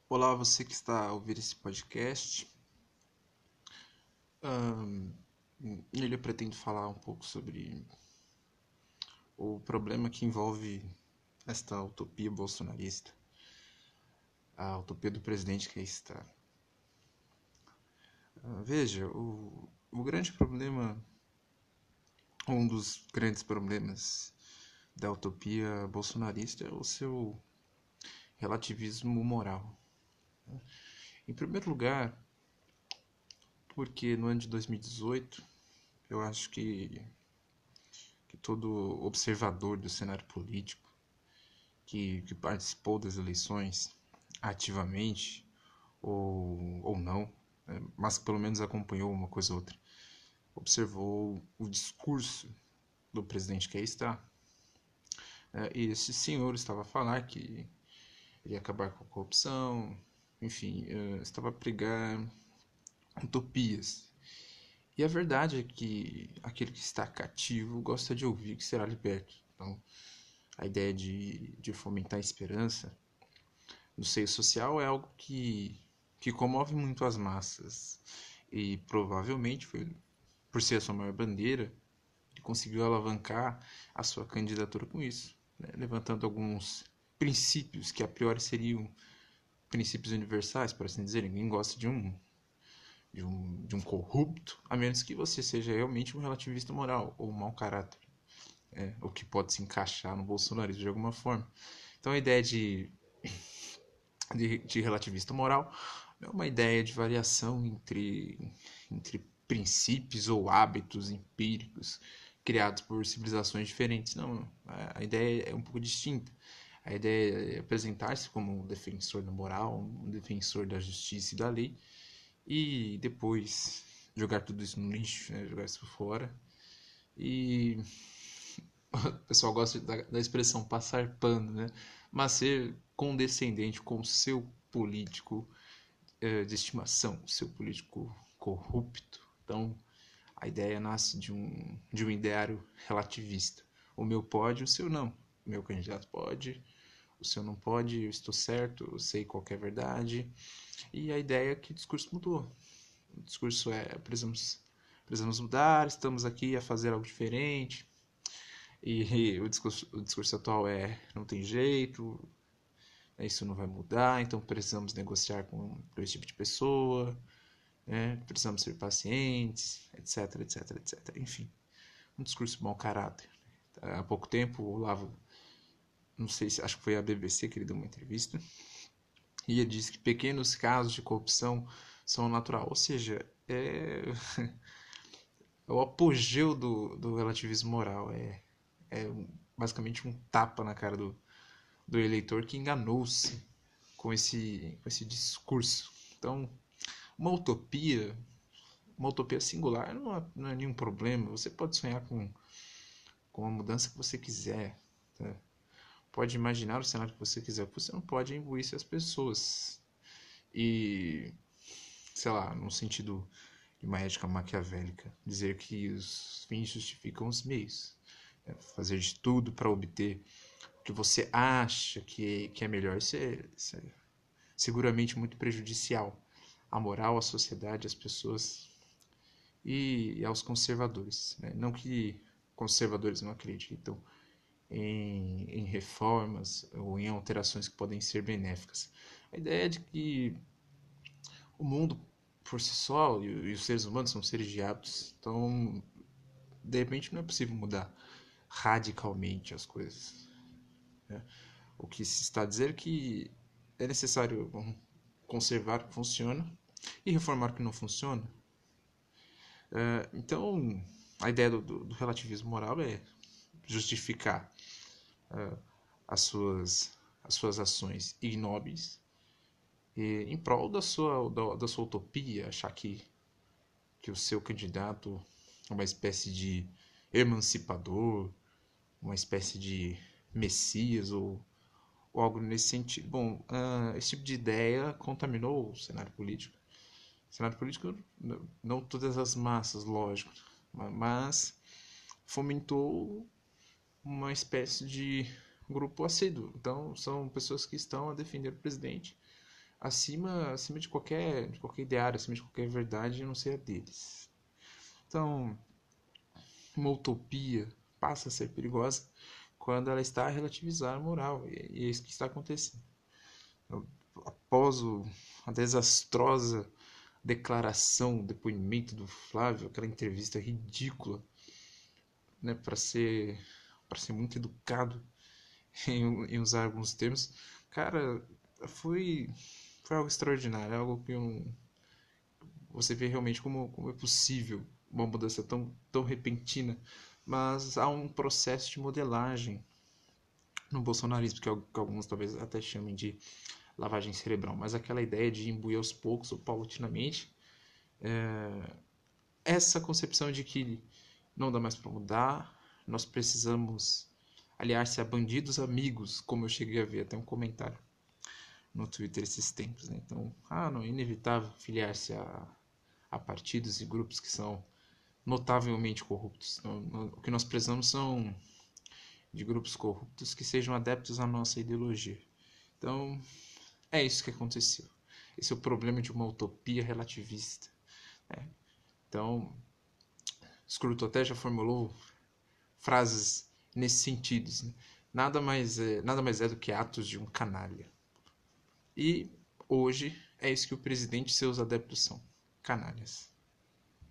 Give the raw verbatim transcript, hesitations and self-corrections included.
Olá, você que está a ouvir esse podcast. Ahn, nele eu pretendo falar um pouco sobre o problema que envolve esta utopia bolsonarista, a utopia do presidente que aí está. Ah, veja, o, o grande problema, um dos grandes problemas da utopia bolsonarista é o seu relativismo moral. Em primeiro lugar, porque no ano de dois mil e dezoito, eu acho que que todo observador do cenário político que, que participou das eleições ativamente ou, ou não, né, mas que pelo menos acompanhou uma coisa ou outra, observou o discurso do presidente que aí está. Né, e esse senhor estava a falar que ele ia acabar com a corrupção, enfim, uh, estava a pregar utopias. E a verdade é que aquele que está cativo gosta de ouvir que será liberto. Então, a ideia de, de fomentar a esperança no seio social é algo que, que comove muito as massas. E provavelmente foi por ser a sua maior bandeira, ele conseguiu alavancar a sua candidatura com isso, né? Levantando alguns princípios que a priori seriam princípios universais, por assim dizer. Ninguém gosta de um de um, de um corrupto, a menos que você seja realmente um relativista moral ou um mau caráter, é, o que pode se encaixar no bolsonarismo de alguma forma. Então a ideia de, de, de relativista moral não é uma ideia de variação entre, entre princípios ou hábitos empíricos criados por civilizações diferentes. Não, a ideia é um pouco distinta. A ideia é apresentar-se como um defensor da moral, um defensor da justiça e da lei, e depois jogar tudo isso no lixo, né? Jogar isso fora. E o pessoal gosta da, da expressão passar pano, né? Mas ser condescendente com o seu político é, de estimação, o seu político corrupto. Então, a ideia nasce de um, de um ideário relativista. O meu pode, o seu não. O meu candidato pode, o seu não pode, eu estou certo, eu sei qual é a verdade. E a ideia é que o discurso mudou. O discurso é, precisamos, precisamos mudar, estamos aqui a fazer algo diferente. E, e o, discurso, o discurso atual é, não tem jeito, isso não vai mudar, então precisamos negociar com, com esse tipo de pessoa, né? Precisamos ser pacientes, etc, etc, etc. Enfim, um discurso mau caráter. Há pouco tempo, o Olavo, não sei se, acho que foi a B B C que ele deu uma entrevista, e ele disse que pequenos casos de corrupção são natural, ou seja, é, é o apogeu do, do relativismo moral, é, é basicamente um tapa na cara do, do eleitor que enganou-se com esse, com esse discurso. Então, uma utopia, uma utopia singular não é, não é nenhum problema. Você pode sonhar com, com a mudança que você quiser. Tá? Pode imaginar o cenário que você quiser. Você não pode imbuir-se as pessoas. E, sei lá, no sentido de uma ética maquiavélica, dizer que os fins justificam os meios. É fazer de tudo para obter o que você acha que é, que é melhor. Isso é, isso é seguramente muito prejudicial à moral, à sociedade, às pessoas e aos conservadores. Né? Não que conservadores não acreditam em, em reformas ou em alterações que podem ser benéficas. A ideia é de que o mundo por si só e, e os seres humanos são seres de hábitos, então de repente não é possível mudar radicalmente as coisas. Né? O que se está a dizer é que é necessário conservar o que funciona e reformar o que não funciona. Uh, então, a ideia do, do, do relativismo moral é justificar uh, as, suas, as suas ações ignóbeis e, em prol da sua, da, da sua utopia, achar que, que o seu candidato é uma espécie de emancipador, uma espécie de messias ou, ou algo nesse sentido. Bom, uh, esse tipo de ideia contaminou o cenário político. O cenário político, não todas as massas, lógico, mas fomentou uma espécie de grupo assíduo. Então, são pessoas que estão a defender o presidente acima, acima de qualquer, de qualquer ideário, acima de qualquer verdade, a não ser a deles. Então, uma utopia passa a ser perigosa quando ela está a relativizar a moral, e é isso que está acontecendo. Após o, a desastrosa declaração, depoimento do Flávio, aquela entrevista ridícula, né, para ser para ser muito educado em, em usar alguns termos, cara, foi foi algo extraordinário, algo que eu não, você vê realmente como, como é possível uma mudança tão, tão repentina, mas há um processo de modelagem no bolsonarismo, que alguns talvez até chamem de lavagem cerebral, mas aquela ideia de imbuir aos poucos ou paulatinamente, é, essa concepção de que não dá mais para mudar, nós precisamos aliar-se a bandidos amigos, como eu cheguei a ver até um comentário no Twitter esses tempos, né? Então, ah, não é inevitável filiar-se a, a partidos e grupos que são notavelmente corruptos. Então, o que nós precisamos são de grupos corruptos que sejam adeptos à nossa ideologia. Então, é isso que aconteceu. Esse é o problema de uma utopia relativista. Né? Então, Scruton até já formulou frases nesse sentido. Né? Nada, mais é, nada mais é do que atos de um canalha. E hoje é isso que o presidente e seus adeptos são: canalhas.